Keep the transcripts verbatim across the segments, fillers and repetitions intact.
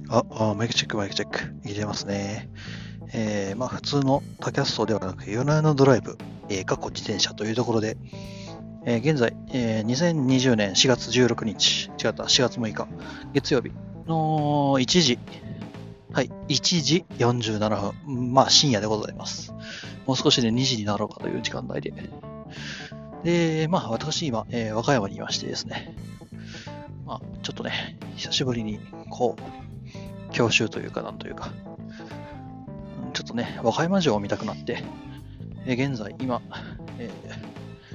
あ、あ、マイクチェック、マイクチェック。入れますね。えー、まあ、普通の他キャストではなく、夜な夜なドライブ、えー、過去自転車というところで、えー現在、えーにせんにじゅうねんしがつじゅうろくにち、違った、しがつむいか、月曜日のいちじ、はい、いちじよんじゅうななふん、まあ深夜でございます。もう少しでにじになろうかという時間帯で。で、まあ私今、えー和歌山にいましてですね、まあちょっとね、久しぶりに、こう、教習というかなんというか、うんちょっとね、和歌山城を見たくなって、えー現在今、えー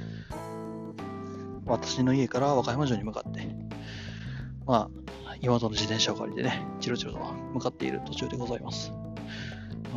私の家から和歌山城に向かって、まあ、妹の自転車を借りてね、チロチロと向かっている途中でございます。うん、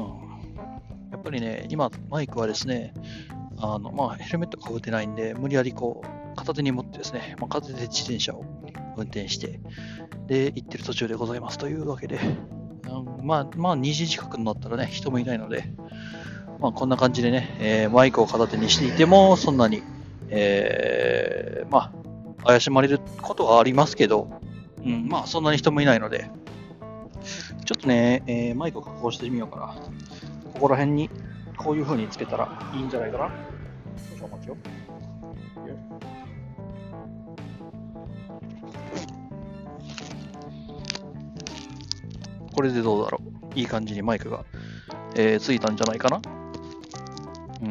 やっぱりね、今、マイクはですね、あのまあ、ヘルメットかぶってないんで、無理やりこう、片手に持ってですね、まあ、片手で自転車を運転して、で、行ってる途中でございますというわけで、うん、まあ、まあ、にじ近くになったらね、人もいないので、まあ、こんな感じでね、えーマイクを片手にしていても、そんなに、えーまあ、怪しまれることはありますけど、うん、まあ、そんなに人もいないので、ちょっとね、えーマイクを加工してみようかな。ここら辺に、こういう風につけたらいいんじゃないかな。少々お待ちよ。これでどうだろう。いい感じにマイクが、えーついたんじゃないかな。うん。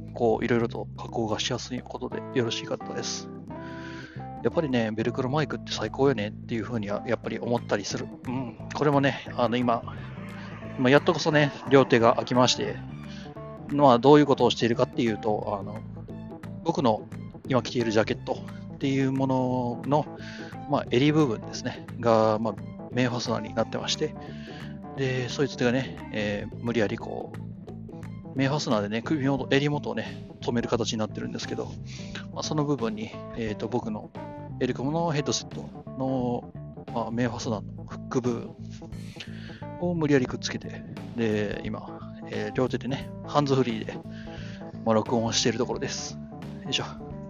こう、いろいろと加工がしやすいことでよろしかったです。やっぱりね、ベルクロマイクって最高よねっていう風にはやっぱり思ったりする。うん。これもね、あの今、今やっとこそね、両手が空きまして、まあ、どういうことをしているかっていうと、あの僕の今着ているジャケットっていうものの、まあ、襟部分ですね、が、まあ、メンファスナーになってまして、で、そいつがね、えー無理やりこう、メンファスナーでね、首元、襟元をね、止める形になってるんですけど、まあ、その部分に、えーと、僕のエリコムのヘッドセットの、まあ、メンファスナーのフック部分を無理やりくっつけて、で、今、えー両手でね、ハンズフリーで、まあ、録音をしているところです。よいしょ。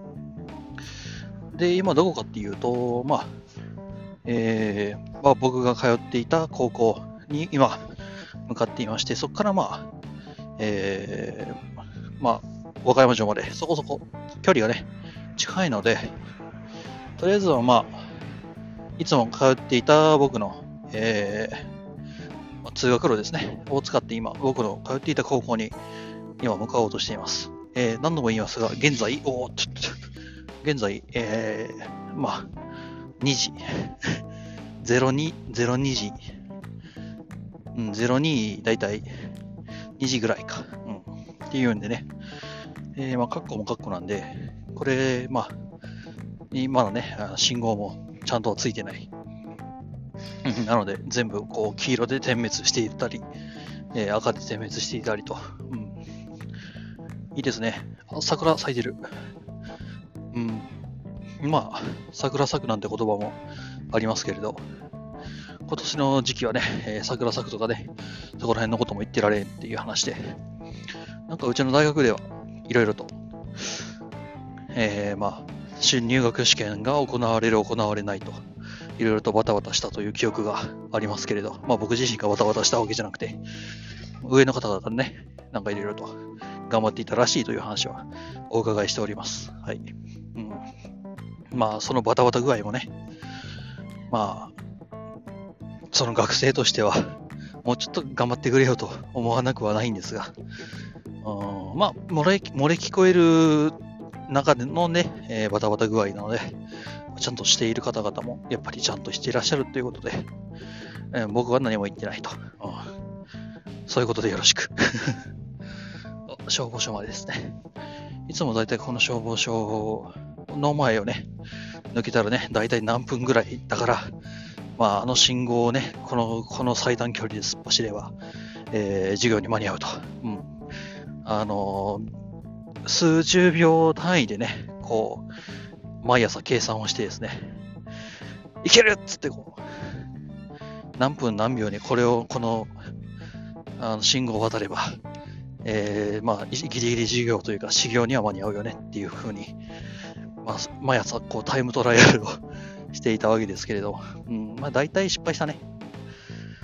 で、今どこかっていうと、まあ、えーまあ、僕が通っていた高校に今向かっていまして、そこからまあ、えーまあ、和歌山城までそこそこ距離がね、近いので、とりあえずはまあ、いつも通っていた僕の、えーまあ通学路ですね、を使って今、僕の通っていた高校に今向かおうとしています。えー何度も言いますが、現在、おーちょっと、現在、えーまあ、にじ、ゼロに、ゼロにじ、うん、ゼロに、だいたいにじぐらいか、うん、っていうんでね、えー、まあ、カッコもカッコなんで、これ、まあ、今のね、あ信号もちゃんとついてない。うんなので、全部こう黄色で点滅していたり、えー赤で点滅していたりと、うん、いいですね。あ桜咲いてる。うん、まあ、桜咲くなんて言葉もありますけれど、今年の時期はね、えー桜咲くとかね、そこら辺のことも言ってられんっていう話で、なんかうちの大学ではいろいろと、えー、まあ、入学試験が行われる、行われないと、いろいろとバタバタしたという記憶がありますけれど、まあ僕自身がバタバタしたわけじゃなくて、上の方々ね、なんかいろいろと頑張っていたらしいという話はお伺いしております。はい。うん、まあ、そのバタバタ具合もね、まあ、その学生としては、もうちょっと頑張ってくれよと思わなくはないんですが、うん、まあ、漏れ、漏れ聞こえる中でのね、えーバタバタ具合なので、ちゃんとしている方々もやっぱりちゃんとしていらっしゃるということで、えー僕は何も言ってないと。うんそういうことでよろしく。お消防署までですね。いつもだいたいこの消防署の前をね、抜けたらね、だいたい何分ぐらいだから、まあ、あの信号をね、この、この最短距離で突っ走れば、えー授業に間に合うと。うん。あのー数十秒単位でね、こう、毎朝計算をしてですね、いけるっつってこう、何分何秒にこれを、この、あの信号を渡れば、えーまあ、ギリギリ授業というか、始業には間に合うよねっていう風に、まあ、毎朝こうタイムトライアルをしていたわけですけれど、うん、まあ大体失敗したね。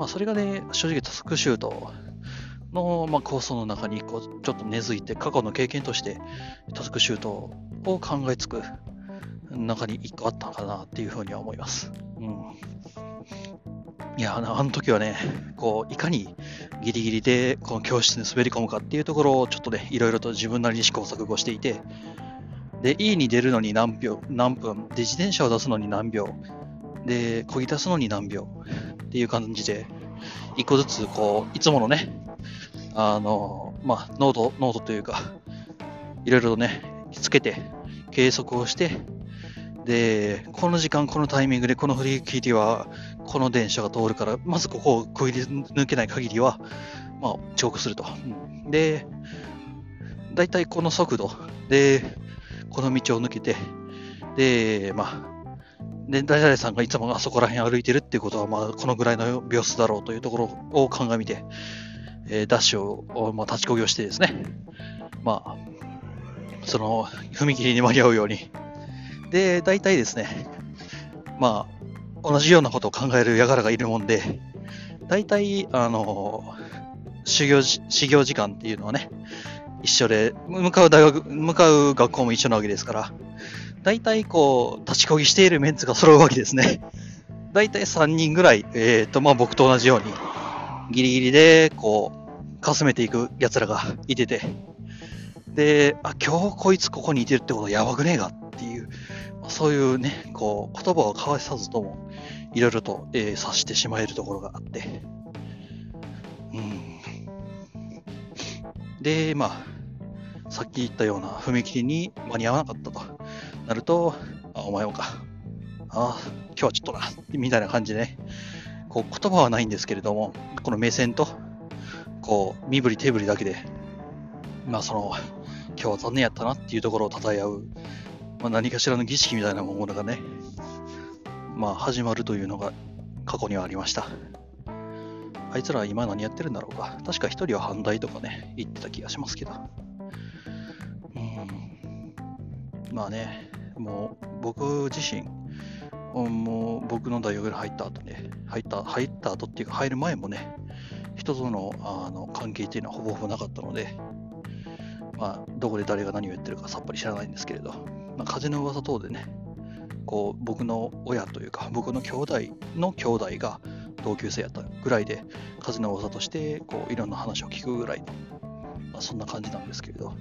まあ、それがね、正直タスクシュートの、まあ、構想の中にこうちょっと根付いて、過去の経験としてタスクシュートを考えつく中に一個あったのかなっていうふうには思います。うん、いや、あの、あの時はね、こういかにギリギリでこの教室に滑り込むかっていうところをちょっとね、いろいろと自分なりに試行錯誤していて、で、E に出るのに何秒、何分、で、自転車を出すのに何秒、で、漕ぎ出すのに何秒っていう感じで、一個ずつ、こう、いつものね、あの、まあ、ノート、ノートというか、いろいろとね、つけて、計測をして、で、この時間、このタイミングで、この踏切は、この電車が通るから、まずここをくぐり抜けない限りは、まあ、遅刻すると。うん、で、だいたいこの速度で、この道を抜けて、で、まあ、で、誰々さんがいつもあそこら辺歩いてるっていうことは、まあ、このぐらいの秒数だろうというところを鑑みて、えー、ダッシュを、まあ、立ちこぎをしてですね、まあ、その、踏切に間に合うように。で、大体ですね、まあ、同じようなことを考える輩がいるもんで、大体、あの、修行じ、修行時間っていうのはね、一緒で、向かう大学、向かう学校も一緒なわけですから、大体こう、立ちこぎしているメンツが揃うわけですね。大体さんにんぐらい、えっと、まあ僕と同じように、ギリギリで、こう、かすめていく奴らがいてて、で、あ、今日こいつここにいてるってことはやばくねえがっていう、そういうね、こう、言葉を交わさずとも、いろいろと、えー、察してしまえるところがあって、うん。で、まあ、さっき言ったような踏切に間に合わなかったとなると、あ、お前もか。あ、今日はちょっとな、みたいな感じでね、こう、言葉はないんですけれども、この目線と、こう、身振り手振りだけで、まあ、その、今日は残念やったなっていうところを称え合う、まあ、何かしらの儀式みたいなものがね、まあ、始まるというのが過去にはありました。あいつら今何やってるんだろうか。確か一人は阪大とかね、行ってた気がしますけど。うん。まあね、もう僕自身、もう僕の大学に入った後ね、入った、入った後っていうか入る前もね、人との、あの関係っていうのはほぼほぼなかったので、まあ、どこで誰が何を言ってるかさっぱり知らないんですけれど、まあ、風の噂等でね、こう僕の親というか、僕の兄弟の兄弟が同級生やったぐらいで、風の噂としてこういろんな話を聞くぐらいの、まあ、そんな感じなんですけれど、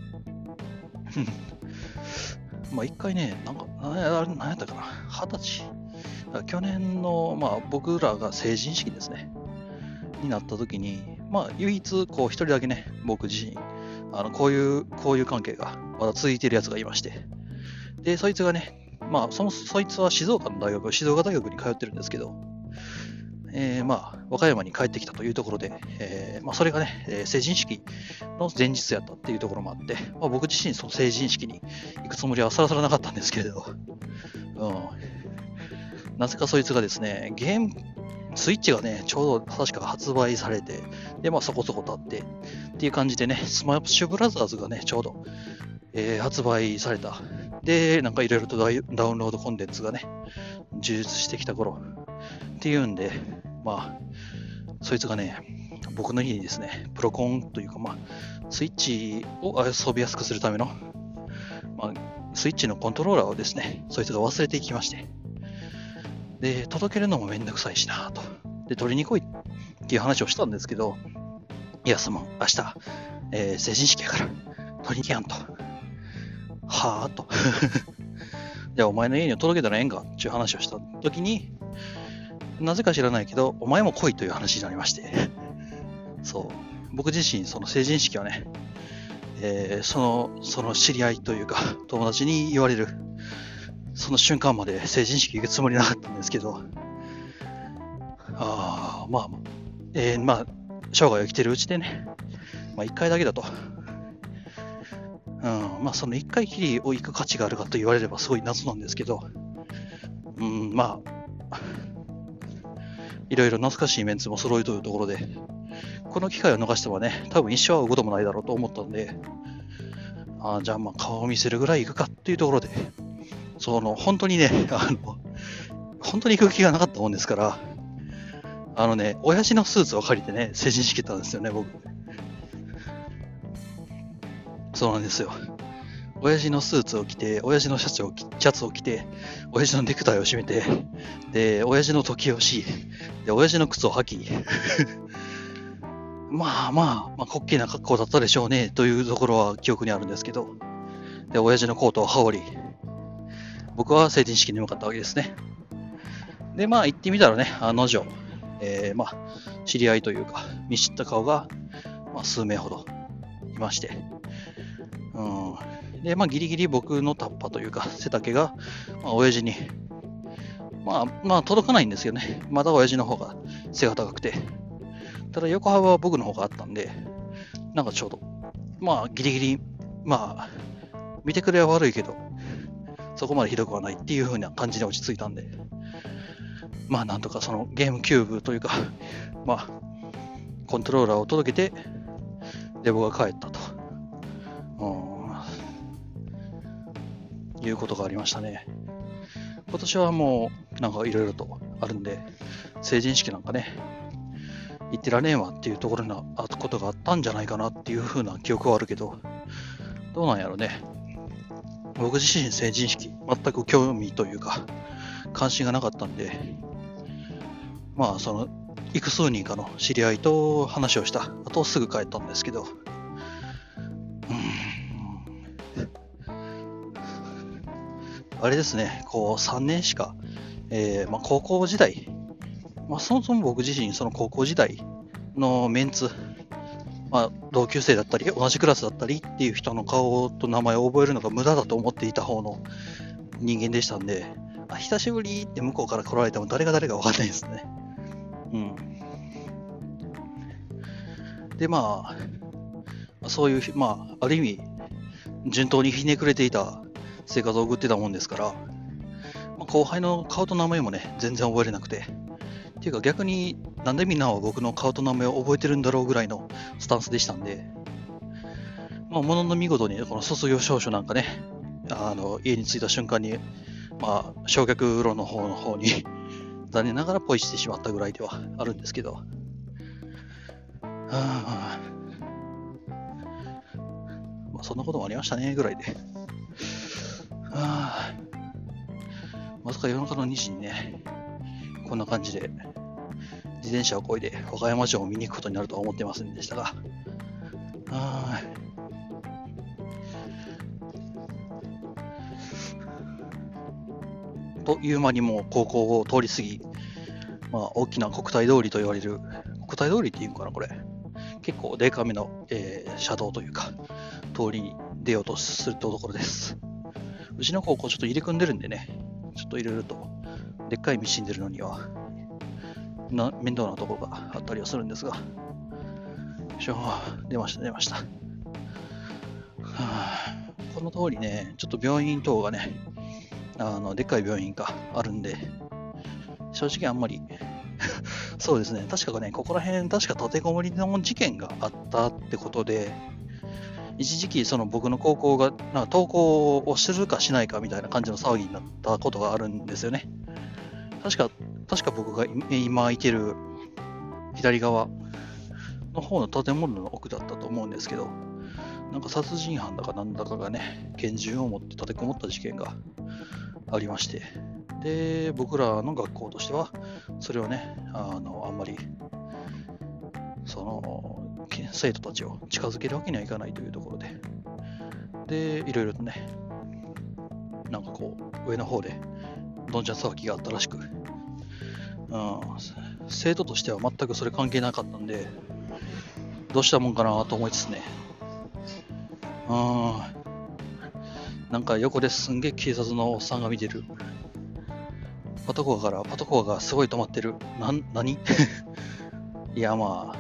まあ一回ね、なんか、何や何やったかな、二十歳、去年の、まあ、僕らが成人式ですね、になった時に、まあ唯一こう一人だけね、僕自身、あのこういう交友関係がまだ続いているやつがいまして、で、そいつがね、まあ、そのそいつは静岡の大学、静岡大学に通ってるんですけど、えー、まあ、和歌山に帰ってきたというところで、えーまあ、それがね、えー、成人式の前日やったっていうところもあって、まあ、僕自身その成人式に行くつもりはさらさらなかったんですけれど、うん、なぜかそいつがですね、ゲーム、スイッチがね、ちょうど確か発売されて、で、まあそこそこ経って、っていう感じでね、スマッシュブラザーズがね、ちょうど、えー、発売された。で、なんかいろいろとダウンロードコンテンツがね、充実してきた頃っていうんで、まあ、そいつがね、僕の家にですね、プロコンというか、まあ、スイッチを遊びやすくするための、まあ、スイッチのコントローラーをですね、そいつが忘れていきまして、で、届けるのもめんどくさいしなと。で、取りに来いっていう話をしたんですけど、いや、その、明日、えー、成人式やから、取りに来やんと。はぁと。じゃあ、お前の家に届けたらええんかっていう話をしたときに、なぜか知らないけど、お前も来いという話になりまして、そう。僕自身、その成人式はね、えー、その、その知り合いというか、友達に言われる、その瞬間まで成人式行くつもりなかったんですけど、あまあ、えー、まあ、生涯を生きてるうちでね、まあ一回だけだと。うん、まあその一回きりを行く価値があるかと言われればすごい謎なんですけど、うん、まあ、いろいろ懐かしいメンツも揃いというところで、この機会を逃してはね、多分一生会うこともないだろうと思ったんで、あじゃあまあ顔を見せるぐらい行くかっていうところで、その本当にね、あの、本当に行く気がなかったもんですから、 あのね、親父のスーツを借りてね、成人式行ったんですよね、僕。そうなんですよ。親父のスーツを着て、親父のシャツを着シャツを着て、親父のネクタイを締めて、で、親父の時計をし、で、親父の靴を履き、まあまあ、まあ、滑稽な格好だったでしょうね、というところは記憶にあるんですけど、で、親父のコートを羽織り、僕は成人式に向かったわけですね。で、まあ行ってみたらね、案の定、えー、まあ、知り合いというか、見知った顔が、まあ、数名ほどいまして、うん。で、まあ、ギリギリ僕のタッパというか、背丈が、まあ、親父に、まあ、まあ、届かないんですよね。まだ親父の方が背が高くて。ただ、横幅は僕の方があったんで、なんかちょうど、まあ、ギリギリ、まあ、見てくれは悪いけど、そこまでひどくはないっていう風な感じで落ち着いたんで、まあ、なんとかそのゲームキューブというか、まあ、コントローラーを届けて、で、僕が帰ったと。うん、いうことがありましたね。今年はもう、なんかいろいろとあるんで、成人式なんかね、行ってられんわっていうところなことがあったんじゃないかなっていう風な記憶はあるけど、どうなんやろね。僕自身成人式、全く興味というか、関心がなかったんで、まあ、その、幾数人かの知り合いと話をした。あとすぐ帰ったんですけど、あれですね、こうさんねんしか、えーまあ、高校時代、まあ、そもそも僕自身、その高校時代のメンツ、まあ、同級生だったり、同じクラスだったりっていう人の顔と名前を覚えるのが無駄だと思っていた方の人間でしたんで、あ、久しぶりって向こうから来られても誰が誰か分かんないですね。うん。で、まあ、そういう、まあ、ある意味、順当にひねくれていた生活を送ってたもんですから、まあ、後輩の顔と名前もね、全然覚えれなくて、っていうか逆になんでみんなは僕の顔と名前を覚えてるんだろうぐらいのスタンスでしたんで、まあ、ものの見事にこの卒業証書なんかね、あの家に着いた瞬間に、まあ、焼却炉の方の方に残念ながらポイしてしまったぐらいではあるんですけど、はあ、まあ、そんなこともありましたねぐらいで、はあ、まさか夜中のにじにね、こんな感じで自転車を漕いで和歌山城を見に行くことになるとは思ってませんでしたが、はあ、という間にもう高校を通り過ぎ、まあ、大きな国体通りと言われる、国体通りっていうのかな、これ。結構デカめの、えー、車道というか、通りに出ようとするところです。うちの高校ちょっと入れ組んでるんでね、ちょっといろいろとでっかい道に出るのにはな面倒なところがあったりはするんですが、しょ出ました出ました、はあ、この通りね、ちょっと病院等がね、あのでっかい病院があるんで、正直あんまりそうですね、確かね、ここら辺確か立てこもりの事件があったってことで、一時期その僕の高校がなんか登校をするかしないかみたいな感じの騒ぎになったことがあるんですよね。確か確か僕が今いてる左側の方の建物の奥だったと思うんですけど、なんか殺人犯だかなんだかがね、拳銃を持って立てこもった事件がありまして、で、僕らの学校としては、それをね、あの、あんまり、その、生徒たちを近づけるわけにはいかないというところで、で、いろいろとね、なんかこう、上の方で、どんちゃん騒ぎがあったらしく、うん、生徒としては全くそれ関係なかったんで、どうしたもんかなと思いつつね、うん、なんか横ですんげえ警察のおっさんが見てる。パトカーからパトカーがすごい止まってる。な、何いや、ま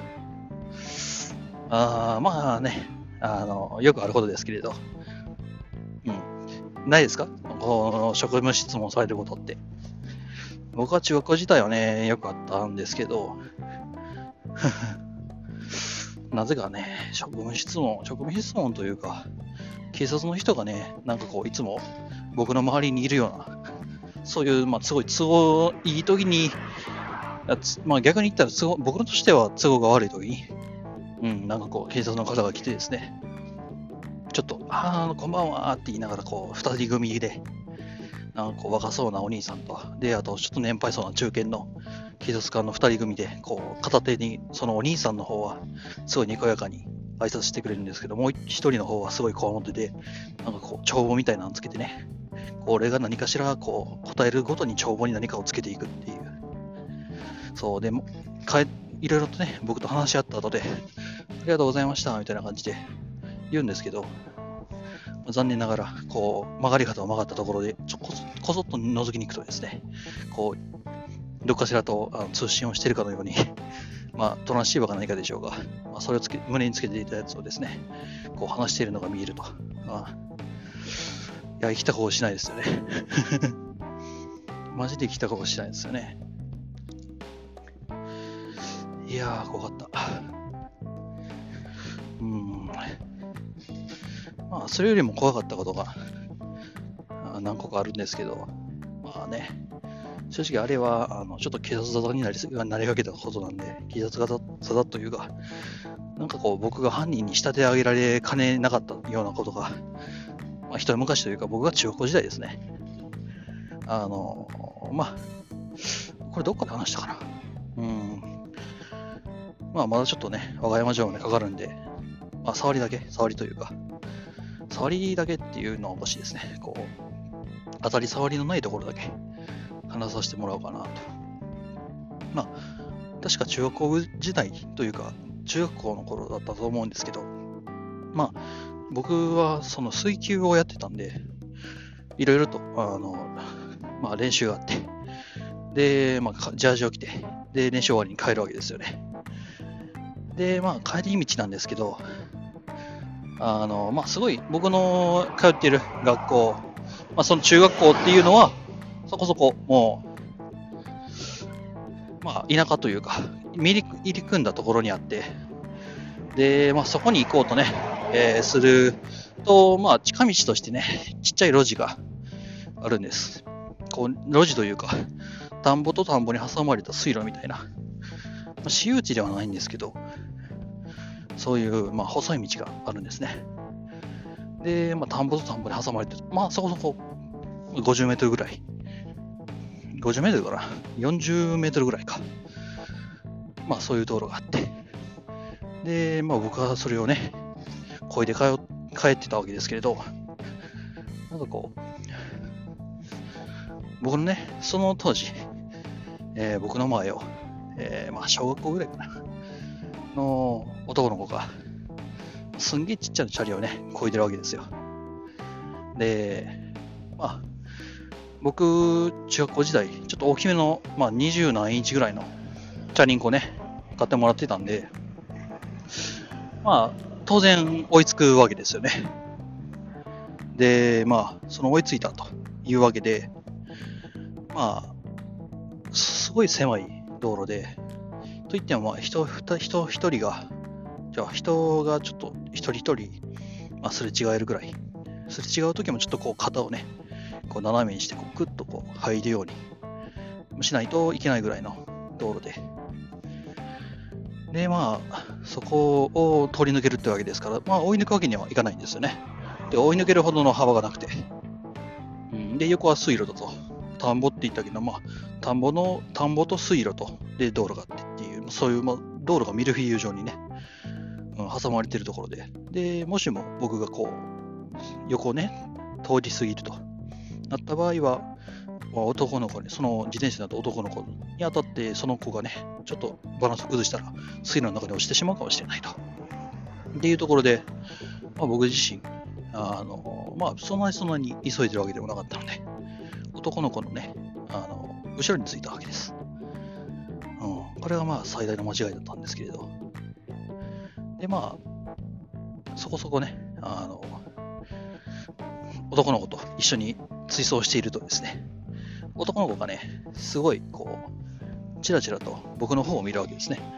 あ、あまあね、あの、よくあることですけれど。うん。ないですか、この職務質問されることって。僕は中学校自体はね、よくあったんですけど、なぜかね、職務質問、職務質問というか、警察の人がね、なんかこう、いつも僕の周りにいるような、そういう、まあ、すごい都合いい時に、 つまあ逆に言ったら都合、僕としては都合が悪い時に、うん、なんかこう、警察の方が来てですね、ちょっと、あー、こんばんはって言いながら、こう、二人組で、なんかこう若そうなお兄さんと、で、あとちょっと年配そうな中堅の警察官の二人組で、こう、片手に、そのお兄さんの方は、すごいにこやかに挨拶してくれるんですけど、もう一人の方はすごいこわもってて、なんかこう、帳簿みたいなのつけてね、こう俺が何かしら、こう、答えるごとに帳簿に何かをつけていくっていう。そう、でも、かえいろいろとね、僕と話し合った後で、ありがとうございました、みたいな感じで言うんですけど、残念ながら、こう、曲がり角を曲がったところで、ちょこそこそっと覗きに行くとですね、こう、どっかしらとあの通信をしているかのように、まあ、トランシーバーか何かでしょうが、まあ、それをつけ胸につけていたやつをですね、こう話しているのが見えると。ああいや、生きた顔しないですよね。マジで生きた顔しないですよね。いやー、怖かった。うーん。まあ、それよりも怖かったことが何個かあるんですけど、まあね、正直あれは、あのちょっと警察沙汰になりなりかけたことなんで、警察沙汰というか、なんかこう、僕が犯人に仕立て上げられかねなかったようなことが、まあ、一昔というか、僕が中学校時代ですね。あの、まあ、これどっかで話したかな。うん。まあ、まだちょっとね、和歌山城までかかるんで、まあ、触りだけ、触りというか、触りだけっていうのはおかしいですね。こう、当たり障りのないところだけ話させてもらおうかなと。まあ、確か中学校時代というか、中学校の頃だったと思うんですけど、まあ、僕はその水球をやってたんで、いろいろと、あの、まあ練習があって、で、まあ、ジャージを着て、で、練習終わりに帰るわけですよね。で、まあ、帰り道なんですけど、あの、まあ、すごい、僕の通っている学校、まあ、その中学校っていうのは、そこそこ、もう、まあ、田舎というか、入り組んだところにあって、で、まあ、そこに行こうとね、えー、すると、まあ、近道としてね、ちっちゃい路地があるんです。こう、路地というか、田んぼと田んぼに挟まれた水路みたいな、まあ、私有地ではないんですけど、そういう、まあ、細い道があるんですね。で、まあ、田んぼと田んぼに挟まれて、まあ、そこそこごじゅうメートルぐらい。ごじゅうメートルかな ?よんじゅうメートルぐらいか。まあ、そういう道路があって。で、まあ、僕はそれをね、漕いで帰帰ってたわけですけれど、なんかこう、僕のね、その当時、えー僕の前を、えーまあ、小学校ぐらいかな、の男の子が、すんげえちっちゃなチャリをね、漕いでるわけですよ。で、まあ、僕、中学校時代、ちょっと大きめの、まあ、にじゅう何インチぐらいのチャリンコね、買ってもらってたんで、まあ、当然追いつくわけですよね。で、まあ、その追いついたというわけで、まあ、すごい狭い道路で、といっても、まあ、人、人一人が、じゃあ人がちょっと一人一人、まあ、すれ違えるぐらい。すれ違うときもちょっとこう肩をね、こう斜めにしてこうクッとこう入るようにしないといけないぐらいの道路で。で、まあ、そこを通り抜けるってわけですから、まあ、追い抜くわけにはいかないんですよね。で、追い抜けるほどの幅がなくて。うん、で、横は水路だと。田んぼって言ったけど、まあ、田んぼの、田んぼと水路と、で、道路があってっていう、そういう、まあ、道路がミルフィーユ状にね、うん、挟まれてるところで。で、もしも僕がこう、横をね、通り過ぎるとなった場合は、まあ、男の子に、その自転車だと男の子に当たって、その子がね、ちょっとバランスを崩したら、水路の中に落ちてしまうかもしれないと。っていうところで、まあ、僕自身、あの、まあ、そんなにそんなに急いでるわけでもなかったので、男の子のね、あの、後ろについたわけです。うん、これがまあ最大の間違いだったんですけれど。で、まあ、そこそこね、あの、男の子と一緒に追走しているとですね、男の子がね、すごい、こう、チラチラと僕の方を見るわけですね。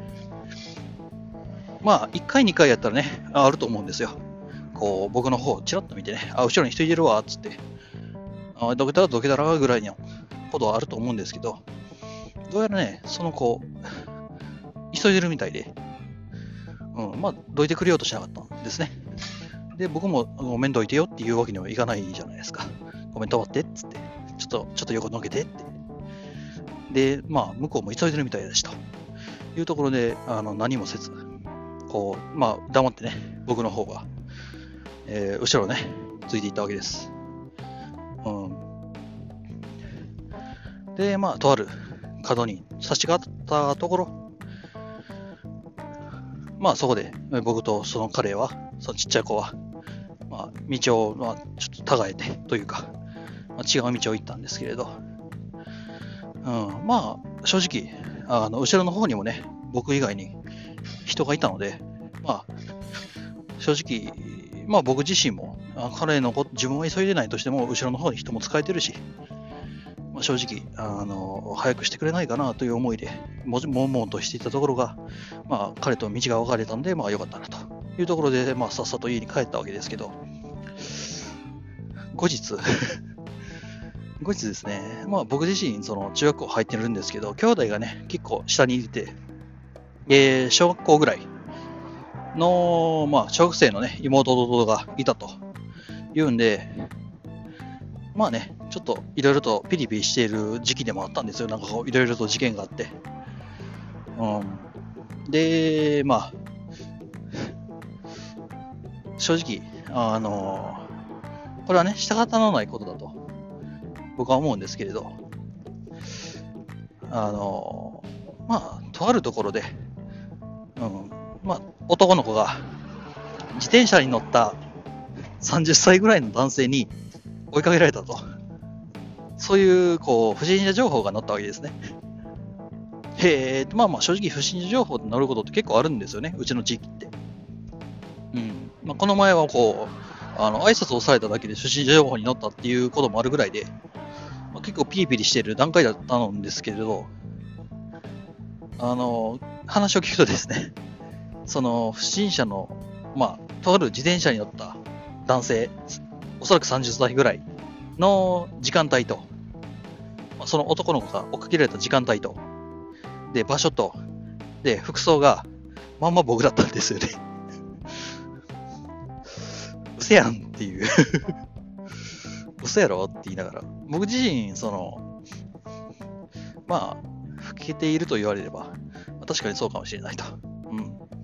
まあ、いっかい、にかいやったらね、あると思うんですよ。こう、僕の方をチラッと見てね、あ、後ろに人いてるわ、つって、あ、どけたらどけたらぐらいのことはあると思うんですけど、 どうやらね、その子、急いでるみたいで、うん、まあ、どいてくれようとしなかったんですね。で、僕もごめんどいてよっていうわけにはいかないじゃないですか。ごめん、止まってっつって、ちょっと、ちょっと横のけてって。で、まあ、向こうも急いでるみたいだしというところで、あの何もせず、こう、まあ、黙ってね、僕の方が、えー、後ろをね、ついていったわけです。うん、で、まあ、とある角に差し掛かったところ、まあ、そこで僕とその彼は、そのちっちゃい子は、まあ、道を、まあ、ちょっと違えてというか、まあ、違う道を行ったんですけれど、うん、まあ、正直、あの後ろの方にもね、僕以外に人がいたので、まあ、正直、まあ僕自身も、彼のこと、自分は急いでないとしても、後ろの方に人も使えてるし、まあ、正直、あの、早くしてくれないかなという思いで、もじもんもんとしていたところが、まあ彼と道が分かれたんで、まあ良かったなというところで、まあさっさと家に帰ったわけですけど、後日、後日ですね、まあ僕自身、その中学校入ってるんですけど、兄弟がね、結構下にいて、えー、小学校ぐらいの、まあ、小学生のね、妹弟がいたというんで、まあね、ちょっといろいろとピリピリしている時期でもあったんですよ。なんかこう、いろいろと事件があって。うん。で、まあ、正直、あのーこれはね、仕方のないことだと、僕は思うんですけれど、あのーまあ、とあるところで、うん、まあ、男の子が自転車に乗ったさんじゅっさいぐらいの男性に追いかけられたと。そういう、こう、不審者情報が載ったわけですね。へえ、まあまあ正直不審者情報で載ることって結構あるんですよね、うちの地域って。うん。まあ、この前はこう、あの、挨拶をされただけで不審者情報に載ったっていうこともあるぐらいで、まあ、結構ピリピリしている段階だったんですけれど、あの、話を聞くとですね、その不審者の、まあ、とある自転車に乗った男性、おそらくさんじゅっさいぐらいの時間帯と、その男の子が追っかけられた時間帯と、で、場所と、で、服装が、まんま僕だったんですよね。うせやんっていう。嘘やろって言いながら。僕自身、その、まあ、老けていると言われれば、まあ、確かにそうかもしれないと。うん。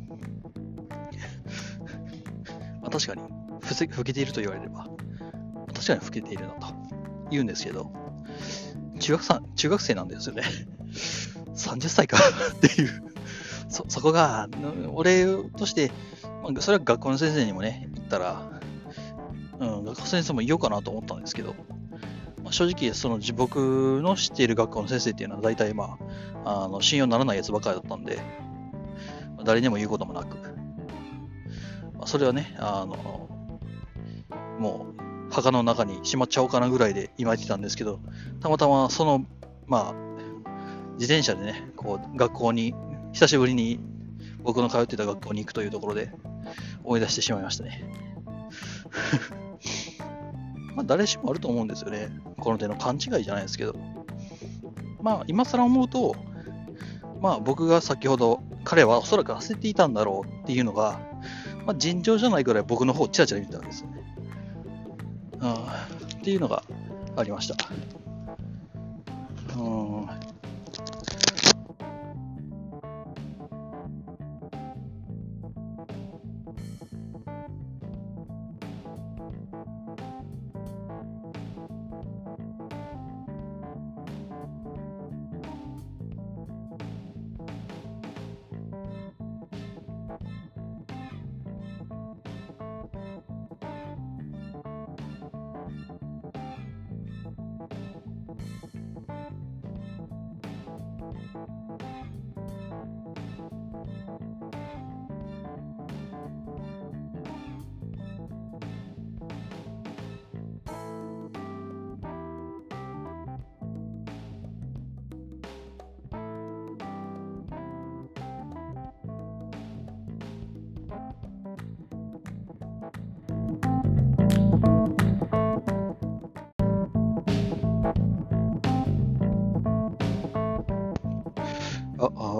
まあ、確かに、老けていると言われれば、確かに老けているなと言うんですけど、中学さ中学生なんですよね。さんじゅっさいかっていう。そ、そこが、俺として、まあ、それは学校の先生にもね、言ったら、うん、学校の先生も言おうかなと思ったんですけど、まあ、正直、その自僕の知っている学校の先生っていうのは大体まあ、あの信用ならないやつばかりだったんで、まあ、誰にも言うこともなく、まあ、それはね、あの、もう墓の中にしまっちゃおうかなぐらいで今言ってたんですけど、たまたまその、まあ、自転車でね、こう学校に、久しぶりに僕の通ってた学校に行くというところで思い出してしまいましたね。まあ誰しもあると思うんですよね。この手の勘違いじゃないですけど。まあ今更思うと、まあ僕が先ほど彼はおそらく焦っていたんだろうっていうのが、まあ、尋常じゃないぐらい僕の方をチラチラ見てたわけですよね。うん、っていうのがありました。うん。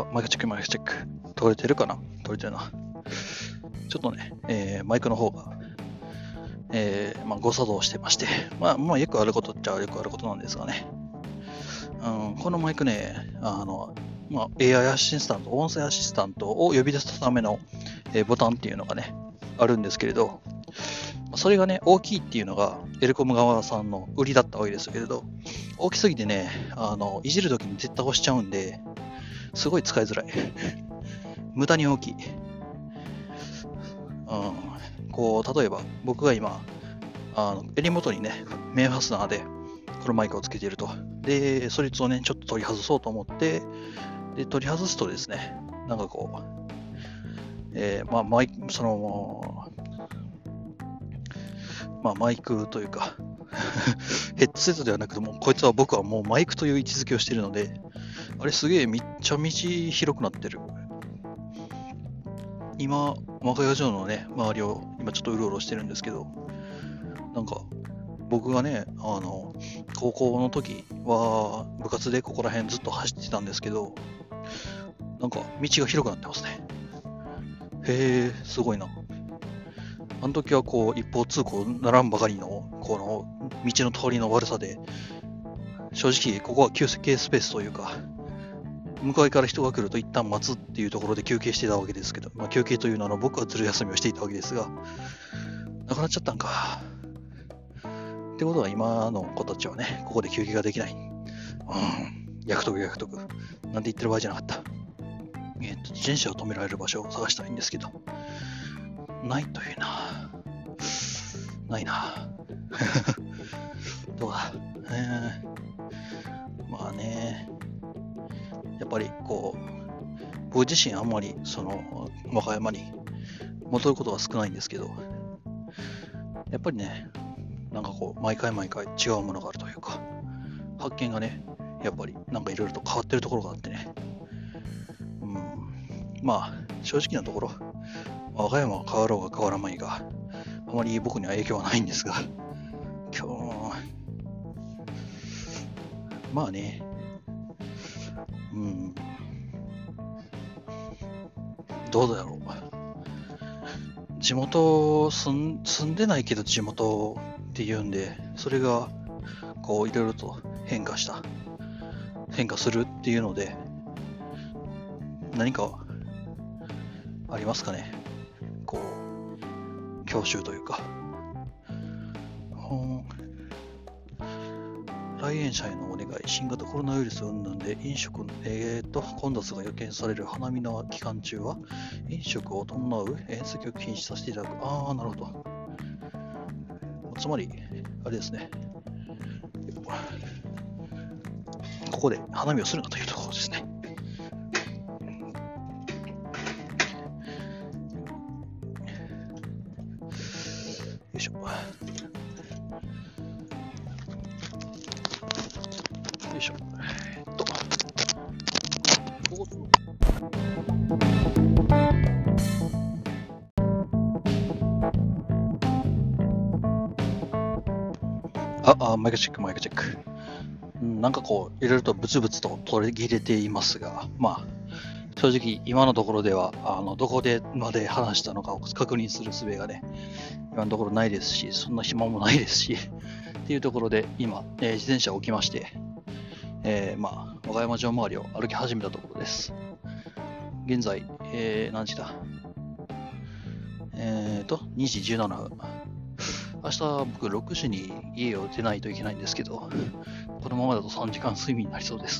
マイクチェック、マイクチェック。取れてるかな取れてるな。ちょっとね、えー、マイクの方が、えー、まあ、誤作動してまして、まあ、まあ、よくあることっちゃよくあることなんですがね。うん、このマイクね、あの、まあ、エーアイ アシスタント、音声アシスタントを呼び出すための、えー、ボタンっていうのがね、あるんですけれど、それがね、大きいっていうのが、エレコム側さんの売りだったわけですけれど、大きすぎてね、あの、いじるときに絶対押しちゃうんで、すごい使いづらい。無駄に大きい。うん、こう、例えば、僕が今、あの襟元にね、面ファスナーで、このマイクをつけていると。で、そいつをね、ちょっと取り外そうと思って、で、取り外すとですね、なんかこう、えー、まあ、マイク、その、まあ、マイクというか、ヘッドセットではなくても、こいつは僕はもうマイクという位置づけをしているので、あれすげえめっちゃ道広くなってる。今、和歌山城のね、周りを今ちょっとうろうろしてるんですけど、なんか、僕がね、あの、高校の時は部活でここら辺ずっと走ってたんですけど、なんか道が広くなってますね。へえ、すごいな。あの時はこう一方通行ならんばかりのこの道の通りの悪さで、正直ここは休憩スペースというか、向かいから人が来ると一旦待つっていうところで休憩してたわけですけど、まあ、休憩というのは僕はずる休みをしていたわけですが、なくなっちゃったんか。ってことは今の子たちはね、ここで休憩ができない。うん、役得役得。なんて言ってる場合じゃなかった。えっと、自転車を止められる場所を探したいんですけど、ないというな。ないな。どうだ。えー、まあね、やっぱりこう、僕自身あんまりその和歌山に戻ることは少ないんですけど、やっぱりね、なんかこう、毎回毎回違うものがあるというか、発見がね、やっぱりなんかいろいろと変わってるところがあってね、うん、まあ、正直なところ、和歌山は変わろうが変わらないが、あまり僕には影響はないんですが、今日、まあね、うん、どうだろう。地元住ん、住んでないけど地元っていうんで、それがこういろいろと変化した、変化するっていうので、何かありますかね。こう、教習というか。来園者へのお願い、新型コロナウイルス云々で飲食、えー、と混雑が予見される花見の期間中は、飲食を伴う宴席を禁止させていただく。ああ、なるほど。つまり、あれですね。ここで花見をするなというところですね。よいしょ。よいしょ。えー、っと。ここあ、あ、マイクチェック、マイクチェック。なんかこう、いろいろとブツブツと取り入れていますが、まあ、正直今のところでは、あの、どこでまで話したのかを確認する術がね、今のところないですし、そんな暇もないですし、っていうところで今、えー、自転車を置きまして、えー、まあ、和歌山城周りを歩き始めたところです。現在、えー、何時だえーと、にじじゅうななふん。明日僕ろくじに家を出ないといけないんですけど、このままだとさんじかん睡眠になりそうです。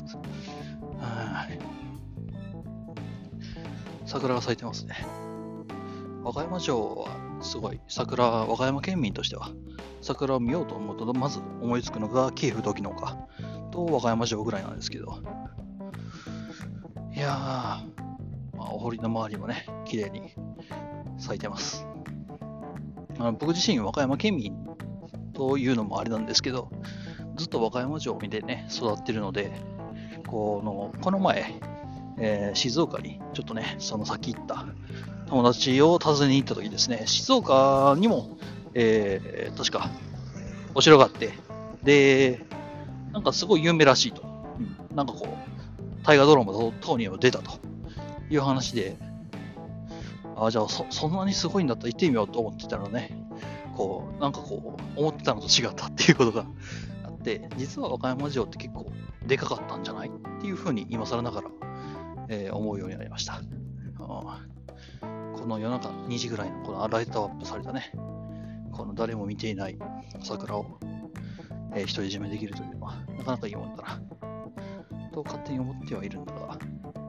桜が咲いてますね。和歌山城はすごい桜、和歌山県民としては桜を見ようと思うとまず思いつくのが京府時の丘と和歌山城ぐらいなんですけど、いやー、まあ、お堀の周りもね、綺麗に咲いてます。あの僕自身和歌山県民というのもあれなんですけど、ずっと和歌山城を見てね、育ってるので、この、この前、えー、静岡にちょっとね、その先行った友達を訪ねに行った時ですね、静岡にも、えー、確かお城があって、で、なんかすごい有名らしいと。うん、なんかこう、大河ドラマ等にも出たという話で、あ、じゃあそ、そんなにすごいんだったら行ってみようと思ってたらね、こう、なんかこう、思ってたのと違ったっていうことがあって、実は和歌山城って結構でかかったんじゃないっていうふうに今更ながら、えー思うようになりました。あこの夜中にじぐらいのこのライトアップされたね、この誰も見ていない桜を、えー独り占めできるというのは、なかなかいいもんだな、と勝手に思ってはいるんだが、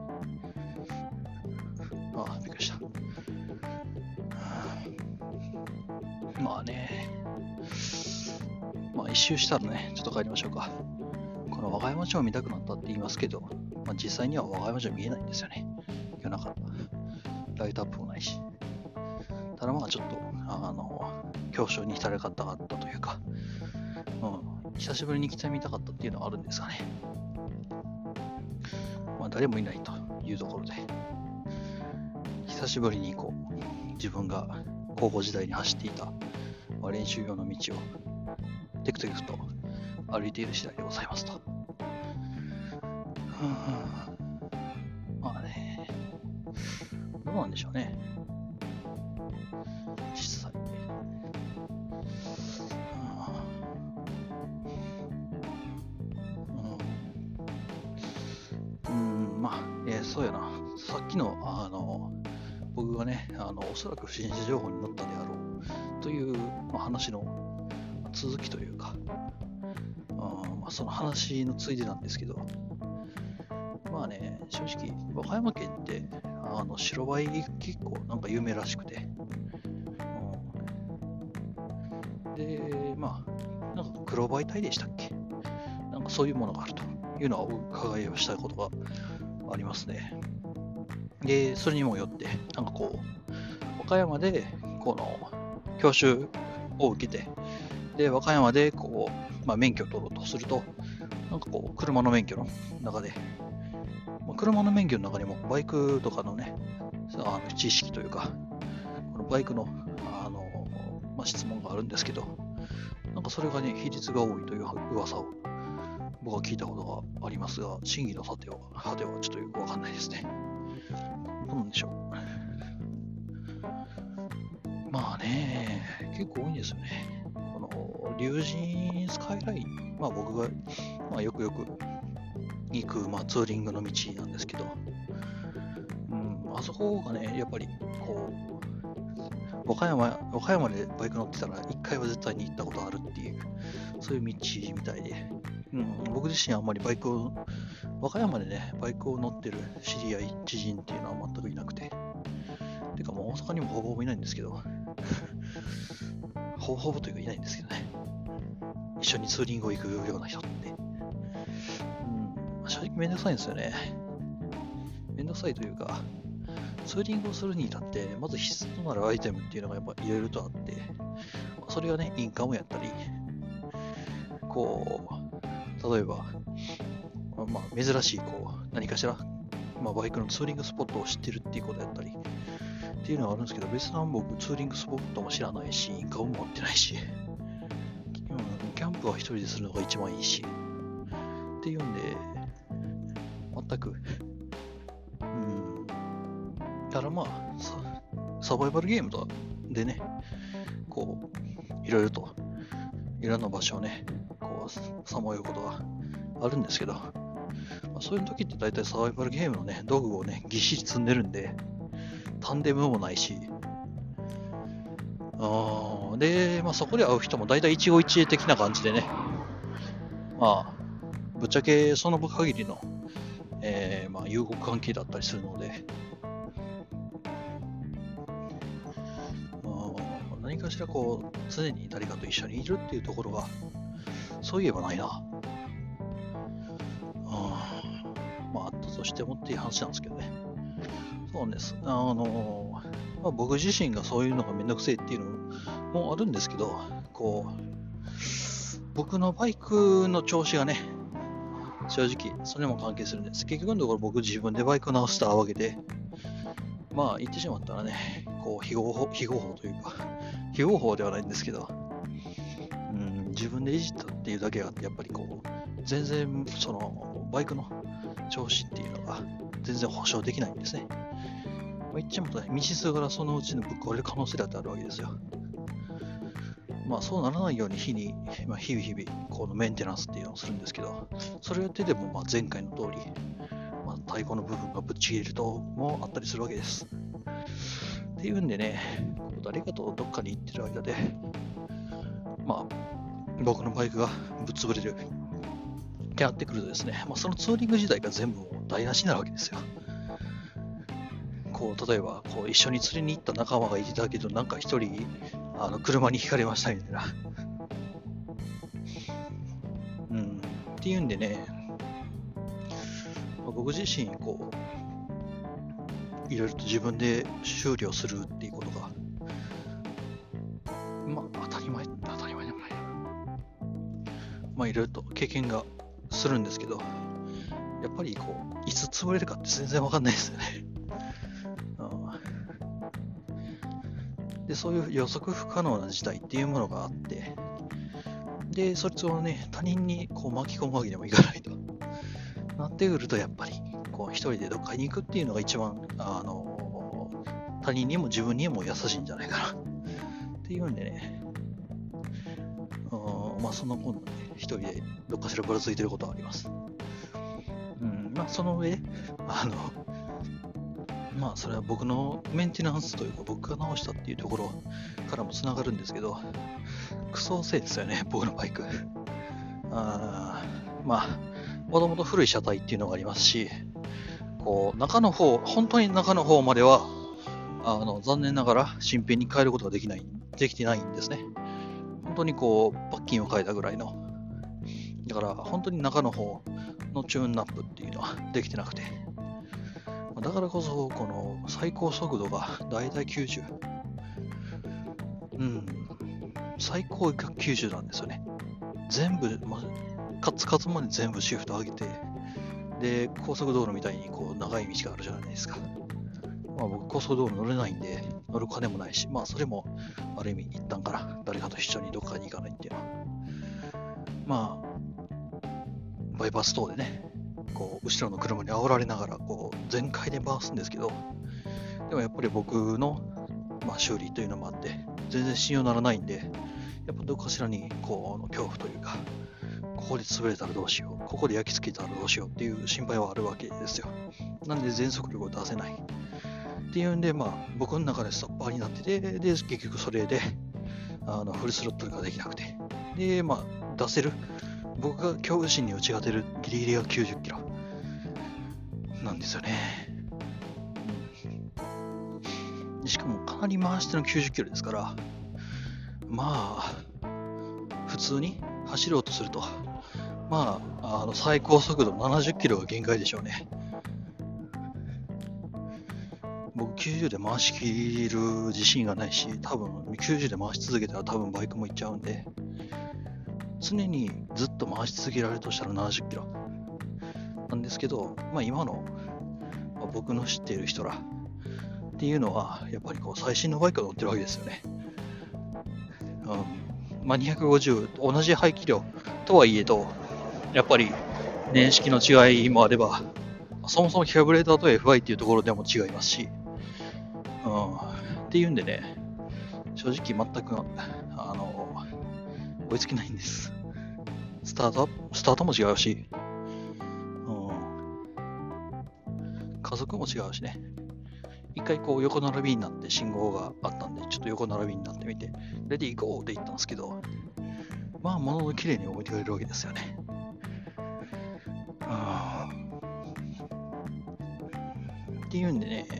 ああ、びっくりした。まあね、まあ一周したらね、ちょっと帰りましょうか。この和歌山城を見たくなったって言いますけど、まあ、実際には和歌山城見えないんですよね。夜中、ライトアップもないし。ただまあちょっと、あの、恐怖症に浸れかったかったというか、うん、久しぶりに来てみたかったっていうのはあるんですがね。まあ誰もいないというところで、久しぶりにこう、自分が高校時代に走っていた、まあ、練習用の道をテクテクと歩いている次第でございますと。まあね、どうなんでしょうね。実際。うん、うん、まあ、えー、そうやな。さっきの、あの、僕がね、あの、おそらく不審者情報に載ったであろうという、まあ、話の続きというか、あまあ、その話のついでなんですけど、まあね、正直、和歌山県って、あの白バイ結構なんか有名らしくて、うん、で、まあ、なんか黒バイ隊でしたっけ、なんかそういうものがあるというのはお伺いをしたことがありますね。で、それにもよって、なんかこう、和歌山で、この、教習を受けて、で、和歌山で、こう、まあ、免許を取ろうとすると、なんかこう、車の免許の中で、まあ、車の免許の中にも、バイクとかのね、あの知識というか、このバイクの、あの、まあ、質問があるんですけど、なんかそれがね、比率が多いという噂を僕は聞いたことがありますが、真偽の果ては、果てはちょっとよくわかんないですね。どうなんでしょう。まあね、結構多いんですよね。この、竜神スカイライン、まあ僕が、まあ、よくよく行く、まあ、ツーリングの道なんですけど、うん、あそこがね、やっぱり、こう、和歌山、和歌山でバイク乗ってたら、一回は絶対に行ったことあるっていう、そういう道みたいで、うん、僕自身はあんまりバイクを、和歌山でね、バイクを乗ってる知り合い、知人っていうのは全くいなくて、てかもう大阪にもほぼほぼいないんですけど、ほぼほぼというかいないんですけどね、一緒にツーリングを行くような人って、うん、正直めんどくさいんですよね。めんどくさいというか、ツーリングをするに至って、まず必須となるアイテムっていうのがやっぱいろいろとあって、それがね、インカムやったり、こう、例えば、まあ、珍しい、こう、何かしら、まあ、バイクのツーリングスポットを知ってるっていうことやったり、っていうのがあるんですけど、別な僕、ツーリングスポットも知らないし、インカムも持ってないし、うん、キャンプは一人でするのが一番いいし、っていうんで、全く、うん、だからまあ、サ、サバイバルゲームとでね、こう、いろいろと、いろんな場所をね、こう、さまようことがあるんですけど、まあ、そういう時って大体サバイバルゲームのね、道具をね、ぎっしり積んでるんで、タンデムもないし、あで、まあそこで会う人も大体一期一会的な感じでね、まあ、ぶっちゃけその場限りの、えー、まあ友好関係だったりするので、何かしらこう、常に誰かと一緒にいるっていうところが、そういえばないな。まあ、あったとしてもっていう話なんですけどね。そうなんです。あの、まあ、僕自身がそういうのがめんどくせえっていうのもあるんですけど、こう、僕のバイクの調子がね、正直、それも関係するんです。結局のところ僕自分でバイク直したわけで、まあ言ってしまったらね、こう非合法、非合法というか、非合法ではないんですけど、うん、自分でいじったっていうだけがあって、やっぱりこう、全然そのバイクの調子っていうのが全然保証できないんですね。まあ、言っちゃうとね、道数からそのうちのぶっ壊れる可能性だってあるわけですよ。まあそうならないように日に、まあ、日々日々このメンテナンスっていうのをするんですけど、それをやってでもまあ前回の通り、まあ、太鼓の部分がぶっちぎれるともあったりするわけです。っていうんでね、誰かとどっかに行ってる間で、まあ僕のバイクがぶっ潰れるってなってくるとですね、まあ、そのツーリング自体が全部もう台無しになるわけですよ。こう例えばこう一緒に釣りに行った仲間がいてたけど、なんか一人あの車にひかれましたみたいな。うん、っていうんでね、僕自身こういろいろと自分で修理をするっていうことが、まあ当たり前当たり前でもないな。まあいろいろと経験がするんですけど、やっぱりこういつ潰れるかって全然わかんないですよね。で、そういう予測不可能な事態っていうものがあって、で、そいつをね、他人にこう巻き込むわけにもいかないとなってくると、やっぱりこう一人でどっかに行くっていうのが一番、あの他人にも自分にも優しいんじゃないかなっていうんでね、うん、まあそんなこんなで一人でどっかしらぶらついてることはあります。うん、まあその上、あの、まあそれは僕のメンテナンスというか僕が直したっていうところからもつながるんですけど、クソ遅いですよね、僕のバイク。あまあ、もともと古い車体っていうのがありますし、こう中の方、本当に中の方まではあの残念ながら新品に変えることができない、できてないんですね。本当にこうパッキンを変えたぐらいの。だから本当に中の方のチューンナップっていうのはできてなくて。だからこそ、この最高速度がだいたいきゅうじゅう。うん。最高がきゅうじゅうなんですよね。全部、まあ、カツカツまで全部シフト上げて、で、高速道路みたいにこう長い道があるじゃないですか。まあ僕、高速道路乗れないんで、乗る金もないし、まあそれもある意味一旦から誰かと一緒にどっかに行かないっていうのは。まあ、バイパス等でね、こう後ろの車に煽られながらこう全開で回すんですけど、でもやっぱり僕の、まあ、修理というのもあって全然信用ならないんで、やっぱどっかしらにこう恐怖というか、ここで潰れたらどうしよう、ここで焼き付けたらどうしようっていう心配はあるわけですよ。なんで全速力を出せないっていうんで、まあ僕の中でストッパーになってて、で結局それであのフルスロットルができなくて、でまあ出せる、僕が恐怖心に打ち当てるギリギリがきゅうじゅっキロなんですよね。うん、しかもかなり回してのきゅうじゅっキロですから、まあ普通に走ろうとすると、まあ、あの最高速度ななじゅっキロが限界でしょうね。僕きゅうじゅうで回しきる自信がないし、多分きゅうじゅうで回し続けたら多分バイクもいっちゃうんで、常にずっと回し続けられるとしたらななじゅっキロなんですけど、まあ今の、まあ、僕の知っている人らっていうのはやっぱりこう最新のバイクを乗ってるわけですよね。うん、まあにひゃくごじゅう同じ排気量とはいえど、やっぱり年式の違いもあれば、そもそもキャブレーターと エフアイ っていうところでも違いますし、うん、っていうんでね、正直全くあの追いつけないんです。スタートスタートも違うし、うん、加速も違うしね。一回こう横並びになって信号があったんで、ちょっと横並びになってみて、レディーゴーって言ったんですけど、まあ物の綺麗に置いてくれるわけですよね。っていうんでね、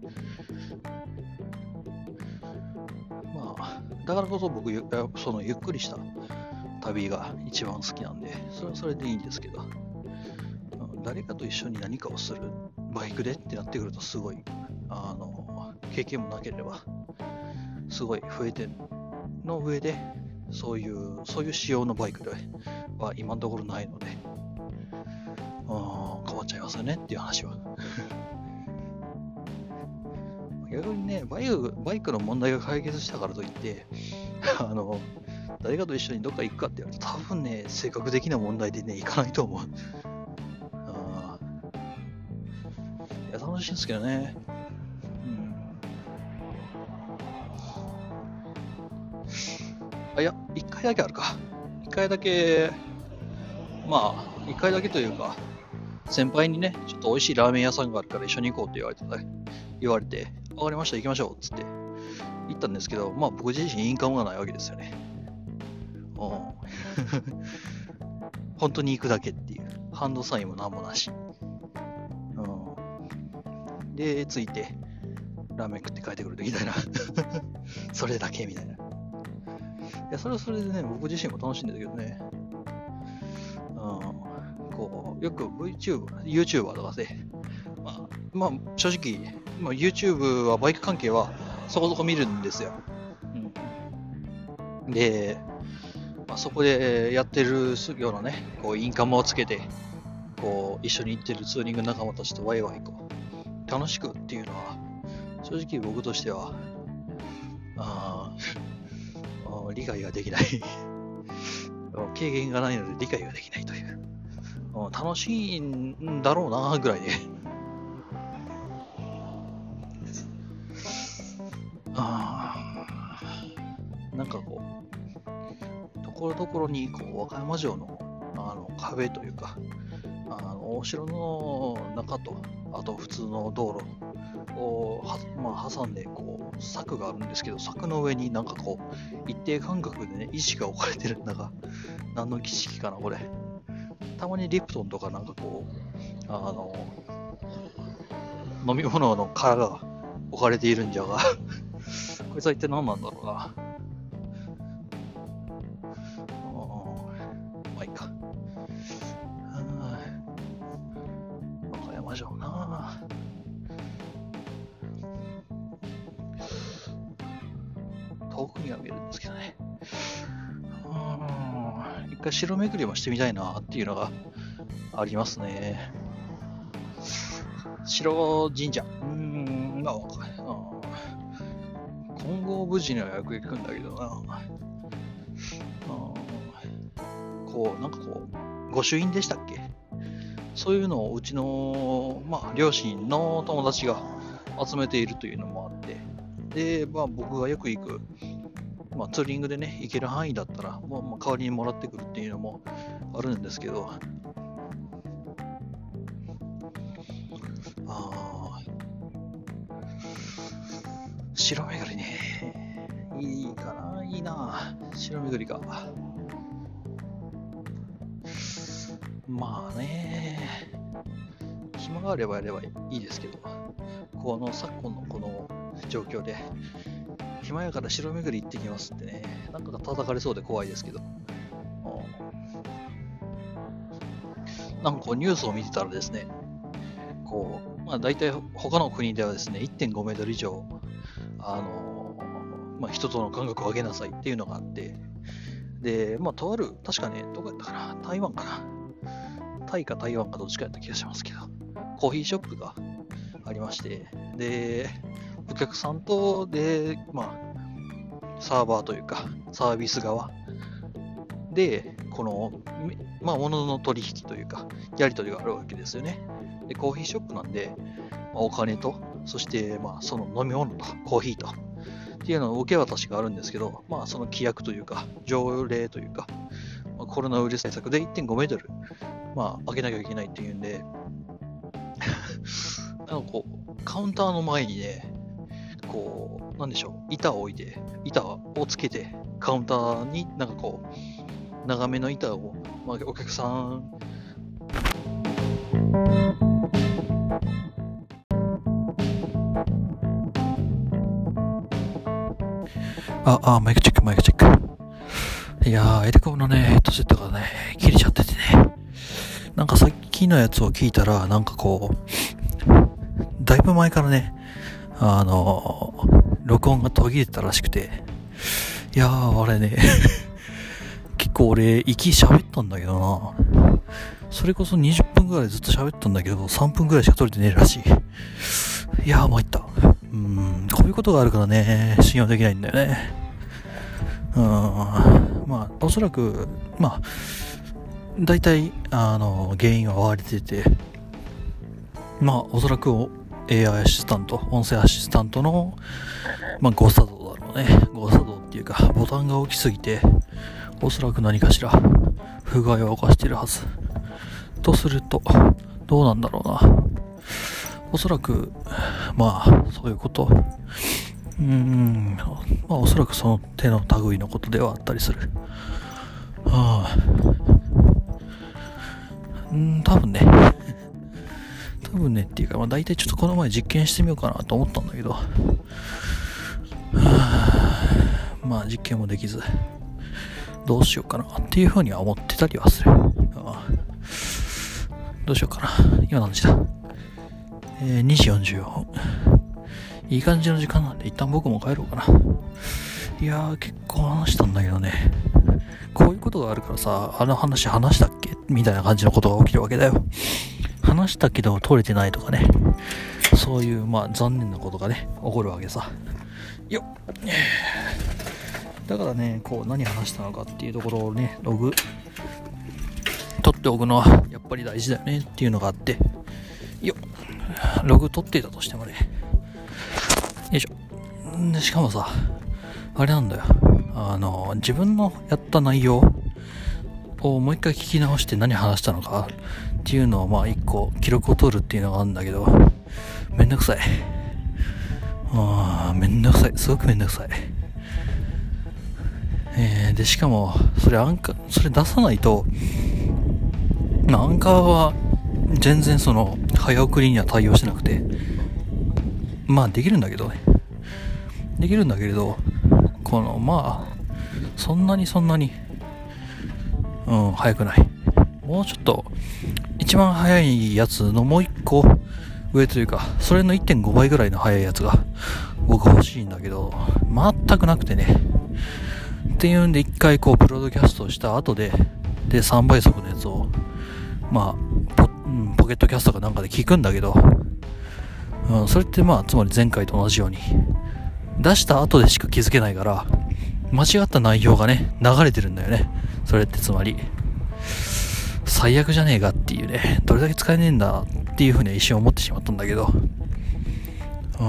まあ、だからこそ僕、そのゆっくりした旅が一番好きなんで、それはそれでいいんですけど、誰かと一緒に何かをする、バイクでってなってくると、すごい、あの、経験もなければ、すごい増えての上で、そういう、そういう仕様のバイクでは今のところないので、変わっちゃいますよねっていう話は。逆にね、バイク、バイクの問題が解決したからといって、あの、誰かと一緒にどっか行くかって言われると、多分ね、性格的な問題でね、行かないと思う。あ楽しいんですけどね。うん。あ、いや、一回だけあるか。一回だけ、まあ、一回だけというか、先輩にね、ちょっと美味しいラーメン屋さんがあるから一緒に行こうって言われて、ね、言われて、わかりました、行きましょうっつって行ったんですけど、まあ僕自身インカムがないわけですよね。うん。本当に行くだけっていう。ハンドサインもなんもなし。うん。で、着いて、ラーメン食って帰ってくるみたいな。それだけみたいな。いや、それはそれでね、僕自身も楽しいんだけどね。うん。こう、よく VTuber、YouTuber とかで、まあ、まあ、正直、まあ、YouTube はバイク関係はそこそこ見るんですよ。うん、で、まあ、そこでやってるようなね、こうインカムをつけて、こう一緒に行ってるツーリング仲間たちとワイワイこう楽しくっていうのは、正直僕としては、ああ理解ができない。経験がないので理解ができないという。楽しいんだろうなぐらいで。あなんかこう、ところどころにこう和歌山城のあの壁というか、あのお城の中と、あと普通の道路をは、まあ、挟んでこう柵があるんですけど、柵の上になんかこう一定間隔でね、石が置かれてるんだが、何の儀式かなこれ。たまにリプトンとかなんかこう、あの飲み物の殻が置かれているんじゃが、こいつは一体何なんだろうな。まあいいか。和歌山城な。遠くには見えるんですけどね。一回城巡りもしてみたいなっていうのがありますね。城神社。うーん、まあ、金剛無事にはよく行くんだけどな。こう、なんかこう、御朱印でしたっけ？そういうのをうちの、まあ、両親の友達が集めているというのもあって、で、まあ、僕がよく行く、まあ、ツーリングでね、行ける範囲だったら、まあ、まあ代わりにもらってくるっていうのもあるんですけど、あ城巡りね、いいかな、いいな、城巡りが。まあね、暇があればやればいいですけど、この昨今のこの状況で、暇やから城巡り行ってきますってね、なんか叩かれそうで怖いですけど、なんかこうニュースを見てたらですね、こう、まあ大体他の国ではですね、いってんごメートル以上、あの、まあ人との間隔を上げなさいっていうのがあって、で、まあとある、確かね、どこやったかな、台湾かな。タイか台湾かどっちかやった気がしますけど、コーヒーショップがありまして、で、お客さんと、で、まあ、サーバーというか、サービス側で、この、まあ、物の取引というか、やり取りがあるわけですよね。で、コーヒーショップなんで、まあ、お金と、そして、まあ、その飲み物と、コーヒーと、っていうのの受け渡しがあるんですけど、まあ、その規約というか、条例というか、まあ、コロナウイルス対策でいってんごメートル、まあ、上げなきゃいけないっていうんで、なんかこう、カウンターの前にね、こう、なんでしょう、板を置いて、板をつけて、カウンターになんかこう、長めの板を、まあ、お客さん、あ、あ、マイクチェック、マイクチェック。いやー、エレコムのね、ヘッドセットがね、切れちゃっててね。なんかさっきのやつを聞いたら、なんかこう、だいぶ前からね、あの、録音が途切れたらしくて、いやー、あれね、結構俺、息喋ったんだけどな。それこそにじゅっぷんぐらいずっと喋ったんだけど、さんぷんぐらいしか撮れてねえらしい。いやー、参った。うーん、こういうことがあるからね、信用できないんだよね。うーん、まあ、おそらく、まあ、大体、あの、原因は割れてて、まあ、おそらくエーアイ アシスタント、音声アシスタントの、まあ、誤作動だろうね。誤作動っていうか、ボタンが大きすぎて、おそらく何かしら不具合を起こしているはず。とすると、どうなんだろうな。おそらく、まあ、そういうこと。うーん、まあ、おそらくその手の類のことではあったりする。はあ、うん、多分ね。多分ねっていうか、まあ、大体ちょっとこの前実験してみようかなと思ったんだけど、はあ、まあ実験もできず、どうしようかなっていうふうには思ってたりはする。ああ、どうしようかな。今何時だ、えー、にじよんじゅうよんぷん。いい感じの時間なんで一旦僕も帰ろうかな。いやー結構話したんだけどね、こういうことがあるからさ、あの話話したっけみたいな感じのことが起きるわけだよ。話したけど取れてないとかね、そういうまあ残念なことがね起こるわけさ。よっ、だからね、こう何話したのかっていうところをね、ログ取っておくのはやっぱり大事だよねっていうのがあって、よっ、ログ取っていたとしてもね、よいしょ。でしかもさ、あれなんだよ、あの自分のやった内容をもう一回聞き直して何話したのかっていうのをまあ一個記録を取るっていうのがあるんだけど、めんどくさい。あーめんどくさい、すごくめんどくさい。えー、でしかもそれアンカそれ出さないと、アンカーは全然その早送りには対応しなくて、まあできるんだけどね、できるんだけれど、このまあそんなにそんなにうん早くない。もうちょっと一番早いやつのもう一個上というか、それの いってんご 倍ぐらいの早いやつが僕欲しいんだけど、全くなくてね。っていうんで一回こうプロドキャストした後ででさんばい速のやつをまあ ポ,、うん、ポケットキャストかなんかで聞くんだけど、うん、それってまあつまり前回と同じように出した後でしか気づけないから、間違った内容がね流れてるんだよね。それってつまり最悪じゃねえかっていうね、どれだけ使えねえんだっていうふうに一瞬思ってしまったんだけど、うん、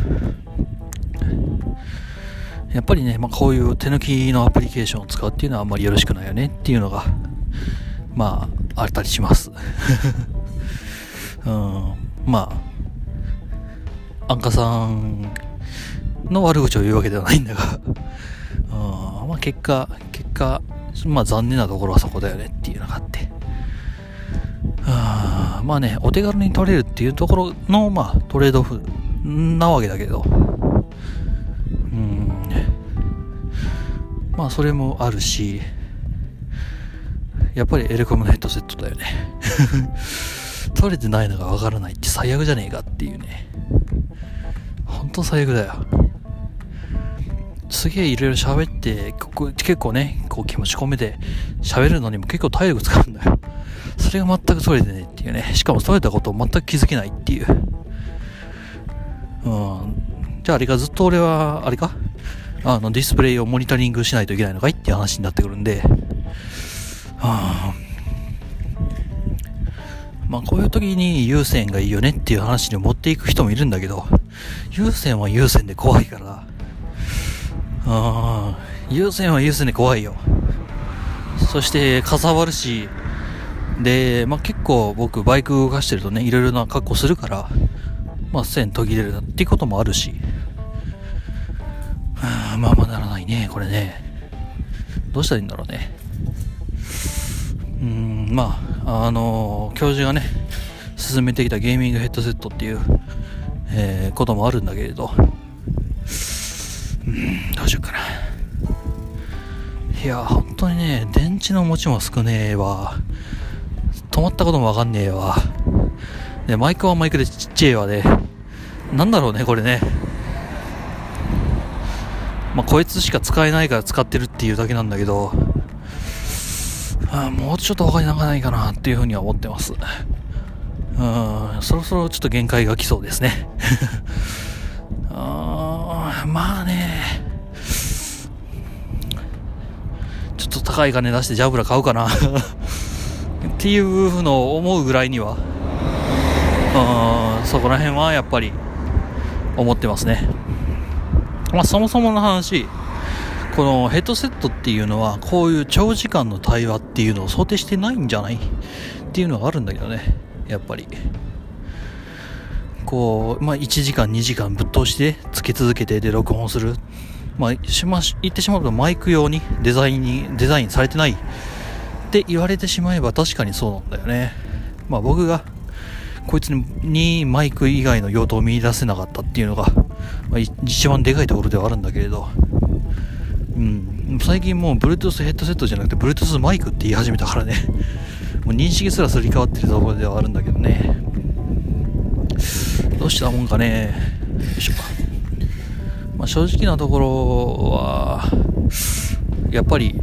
やっぱりね、まあ、こういう手抜きのアプリケーションを使うっていうのはあんまりよろしくないよねっていうのがまああったりします、うん、まあアンカさんの悪口を言うわけではないんだが、うん、まあ結果結果まあ残念なところはそこだよねっていうのがあって、あまあね、お手軽に取れるっていうところのまあトレードオフなわけだけど、うん、まあそれもあるし、やっぱりエレコムのヘッドセットだよね取れてないのがわからないって最悪じゃねえかっていうね、ほんと最悪だよ。すげえいろいろ喋って結構ねこう気持ち込めて喋るのにも結構体力使うんだよ。それが全く取れてねっていうね、しかも取れたことを全く気づけないっていう、うん、じゃああれか、ずっと俺はあれかあのディスプレイをモニタリングしないといけないのかいっていう話になってくるんで、はあ、まあこういう時に有線がいいよねっていう話に持っていく人もいるんだけど、有線は有線で怖いから、あ有線は有線で怖いよ。そしてかさばるし、で、まあ、結構僕バイク動かしてるとね、いろいろな格好するから、まあ、線途切れるなっていうこともあるし、はあ、まあまあならないねこれね。どうしたらいいんだろうね。うーん、まああのー、教授がね進めてきたゲーミングヘッドセットっていう、えー、こともあるんだけれど、うん、どうしようかな。いや本当にね、電池の持ちも少ねえわ、止まったこともわかんねえわ、でマイクはマイクでちっちゃいわで、なんだろうねこれね。まあこいつしか使えないから使ってるっていうだけなんだけど、あもうちょっと他になんかないかなっていうふうには思ってます。うん、そろそろちょっと限界が来そうですねあまあね、ちょっと高い金出してジャブラ買うかなっていうのを思うぐらいにはーん、そこら辺はやっぱり思ってますね。まあそもそもの話、このヘッドセットっていうのはこういう長時間の対話っていうのを想定してないんじゃないっていうのがあるんだけどね。やっぱりこう、まあ、いちじかんにじかんぶっ通してつけ続けてで録音する、まあ、しま言ってしまうとマイク用にデザインにデザインされてないって言われてしまえば確かにそうなんだよね。まあ僕がこいつにマイク以外の用途を見出せなかったっていうのが、まあ、一番でかいところではあるんだけれど、うん、最近もう Bluetooth ヘッドセットじゃなくて Bluetooth マイクって言い始めたからねもう認識すらすり替わってるところではあるんだけどね。どうしたもんかね。よいしょ。まあ、正直なところはやっぱり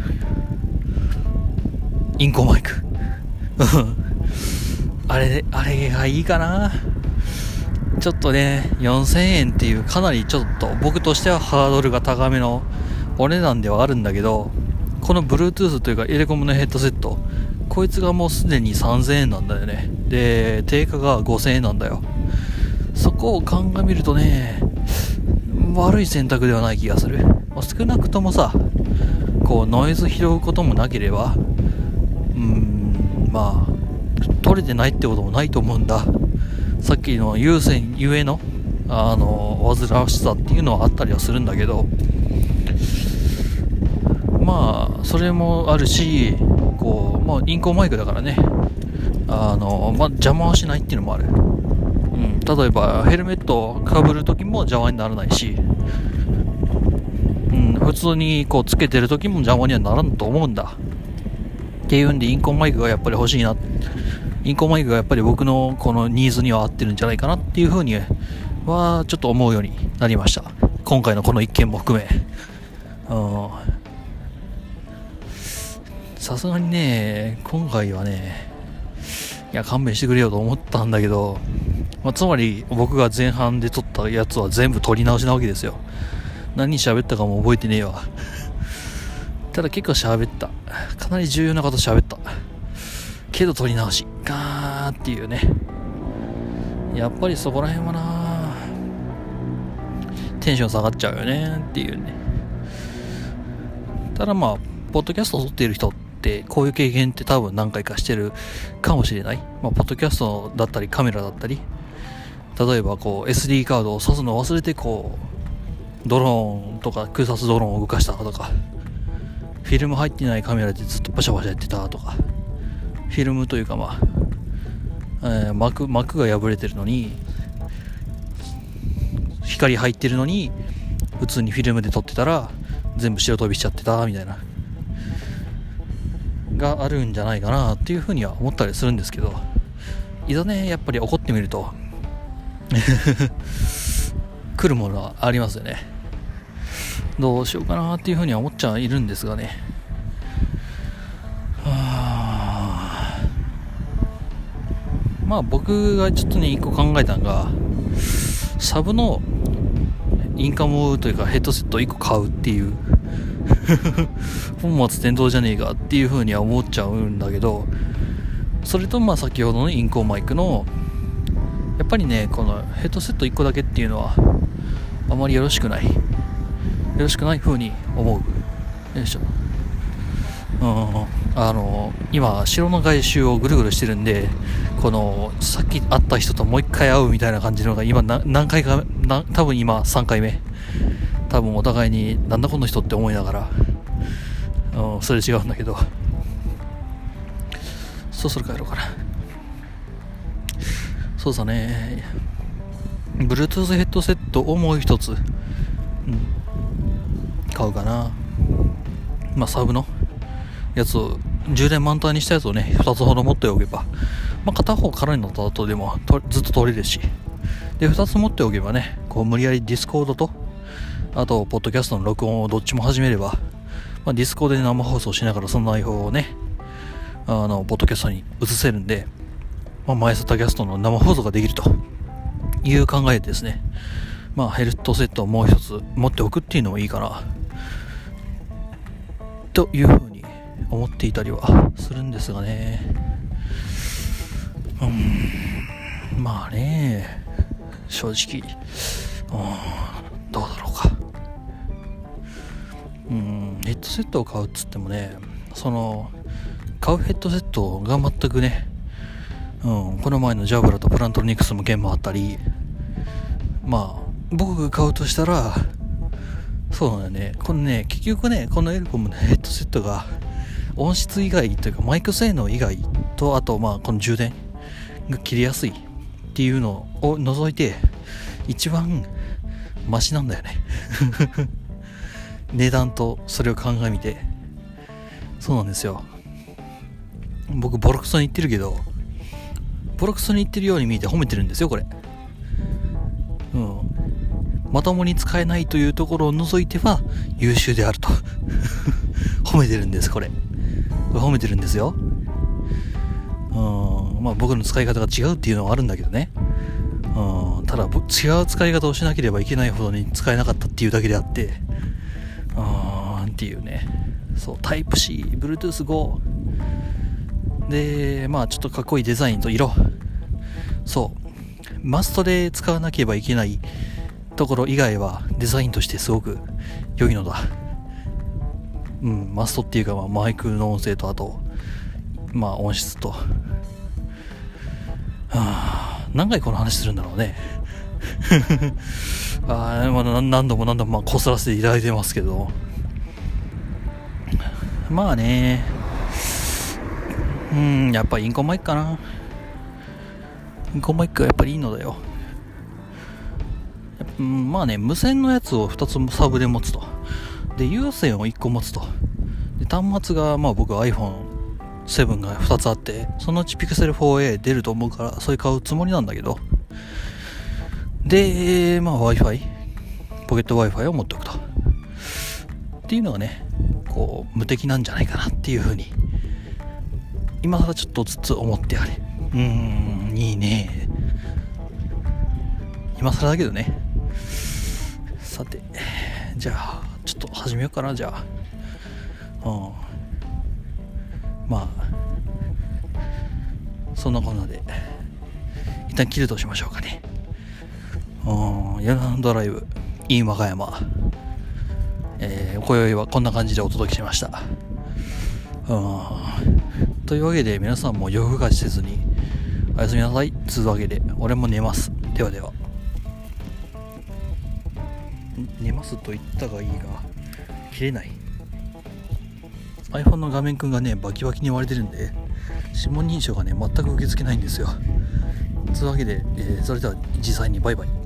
インコマイクあれあれがいいかな。ちょっとねよんせんえんっていうかなりちょっと僕としてはハードルが高めのお値段ではあるんだけど、この Bluetooth というかエレコムのヘッドセット、こいつがもうすでにさんぜんえんなんだよね。で定価がごせんえんなんだよ。そこを鑑みるとね悪い選択ではない気がする。少なくともさ、こうノイズ拾うこともなければ、うーんまあ取れてないってこともないと思うんだ。さっきの有線ゆえのあの煩わしさっていうのはあったりはするんだけど、まあそれもあるし、こうまあインコマイクだからね、あのまあ邪魔はしないっていうのもある。うん、例えばヘルメットをかぶるときも邪魔にならないし、うん、普通にこうつけてるときも邪魔にはならんと思うんだ。っていうんでインコマイクがやっぱり欲しいな。インコマイクがやっぱり僕のこのニーズには合ってるんじゃないかなっていうふうにはちょっと思うようになりました。今回のこの一件も含め、さすがにね今回はねいや勘弁してくれよと思ったんだけど、まあ、つまり僕が前半で撮ったやつは全部撮り直しなわけですよ。何喋ったかも覚えてねえわただ結構喋った、かなり重要なこと喋ったけど撮り直しガーっていうね。やっぱりそこら辺はなテンション下がっちゃうよねっていうね。ただまあポッドキャストを撮っている人ってこういう経験って多分何回かしてるかもしれない。まあポッドキャストだったりカメラだったり、例えばこう エスディー カードを挿すのを忘れてこうドローンとか空撮ドローンを動かしたとか、フィルム入ってないカメラでずっとパシャパシャやってたとか、フィルムというかまあ、えー、膜膜が破れてるのに光入ってるのに普通にフィルムで撮ってたら全部白飛びしちゃってたみたいながあるんじゃないかなっていうふうには思ったりするんですけど、いざねやっぱり怒ってみると来るものはありますよね。どうしようかなっていうふうには思っちゃいるんですがね。はあ、まあ僕がちょっとね一個考えたのが、サブのインカムというかヘッドセットをいっこ買うっていう本末転倒じゃねえかっていう風には思っちゃうんだけど、それとまあ先ほどのインコマイクのやっぱりねこのヘッドセットいっこだけっていうのはあまりよろしくないよろしくない風に思う。よいしょ。うん、あの今城の外周をぐるぐるしてるんで、このさっき会った人ともう一回会うみたいな感じのが今な何回かな、多分今さんかいめ、多分お互いになんだこの人って思いながら、うん、それ違うんだけど、そろそろ帰ろうかな。そうだね、 Bluetooth ヘッドセットをもう一つ、うん、買うかな。まあサブのやつを充電満タンにしたやつをねふたつほど持っておけば、まあ、片方空になった後でもとずっと取れるし、でふたつ持っておけばね、こう無理やりディスコードとあとポッドキャストの録音をどっちも始めれば、まあ、ディスコードで生放送しながらその内容をねあのポッドキャストに移せるんで、まあ、マイスタキャストの生放送ができるという考えでですね、まあヘルトセットをもう一つ持っておくっていうのもいいかなというふうに思っていたりはするんですがね。うん、 あね、正直、うん、どうだろうか。うん、ヘッドセットを買うっつってもね、その買うヘッドセットが全くね、うん、この前のジャブラとプラントロニクスも弦もあったり、まあ僕が買うとしたら、そうなんだよね、このね、結局ね、このエルコムのヘッドセットが音質以外というかマイク性能以外と、あとまあこの充電が切りやすいっていうのを除いて一番マシなんだよね値段とそれを鑑みて。そうなんですよ。僕ボロクソに言ってるけど、ボロクソに言ってるように見えて褒めてるんですよこれ。うん、まともに使えないというところを除いては優秀であると褒めてるんです。これこれ褒めてるんですよ。うん、まあ僕の使い方が違うっていうのはあるんだけどね。うん、ただ違う使い方をしなければいけないほどに使えなかったっていうだけであって、あーっていうね。そう、タイプ C、Bluetooth ご で、まあちょっとかっこいいデザインと色、そうマストで使わなければいけないところ以外はデザインとしてすごく良いのだ。うん、マストっていうか、まあ、マイクの音声と、あとまあ音質と、はあ、何回この話するんだろうねあ、まあ、何度も何度もまあこすらせていただいてますけど、まあね、うん、やっぱインコマイクかな。インコマイクはやっぱりいいのだよ。うん、まあね、無線のやつをふたつサブで持つと、で有線をいっこ持つと、で端末がまあ僕は アイフォンセブン がふたつあって、そのうち ピクセルフォーエー 出ると思うから、それ買うつもりなんだけど、でまあ Wi-Fi、 ポケット Wi-Fi を持っておくとっていうのがね、こう無敵なんじゃないかなっていう風に今更ちょっとずつ思ってあれ。うーん、いいね、今更だけどね。さて、じゃあちょっと始めようかな。じゃあ、うん、まあそんなこんなで一旦切るとしましょうかね。うん、ヤナドライブ in 和歌山、えー、今宵はこんな感じでお届けしました。うん、というわけで皆さんも夜更かしせずにおやすみなさい。つうわけで俺も寝ます。ではでは。寝ますと言ったがいいが切れない。 iPhone の画面くんがねバキバキに割れてるんで指紋認証がね全く受け付けないんですよ。つうわけで、えー、それでは実際にバイバイ。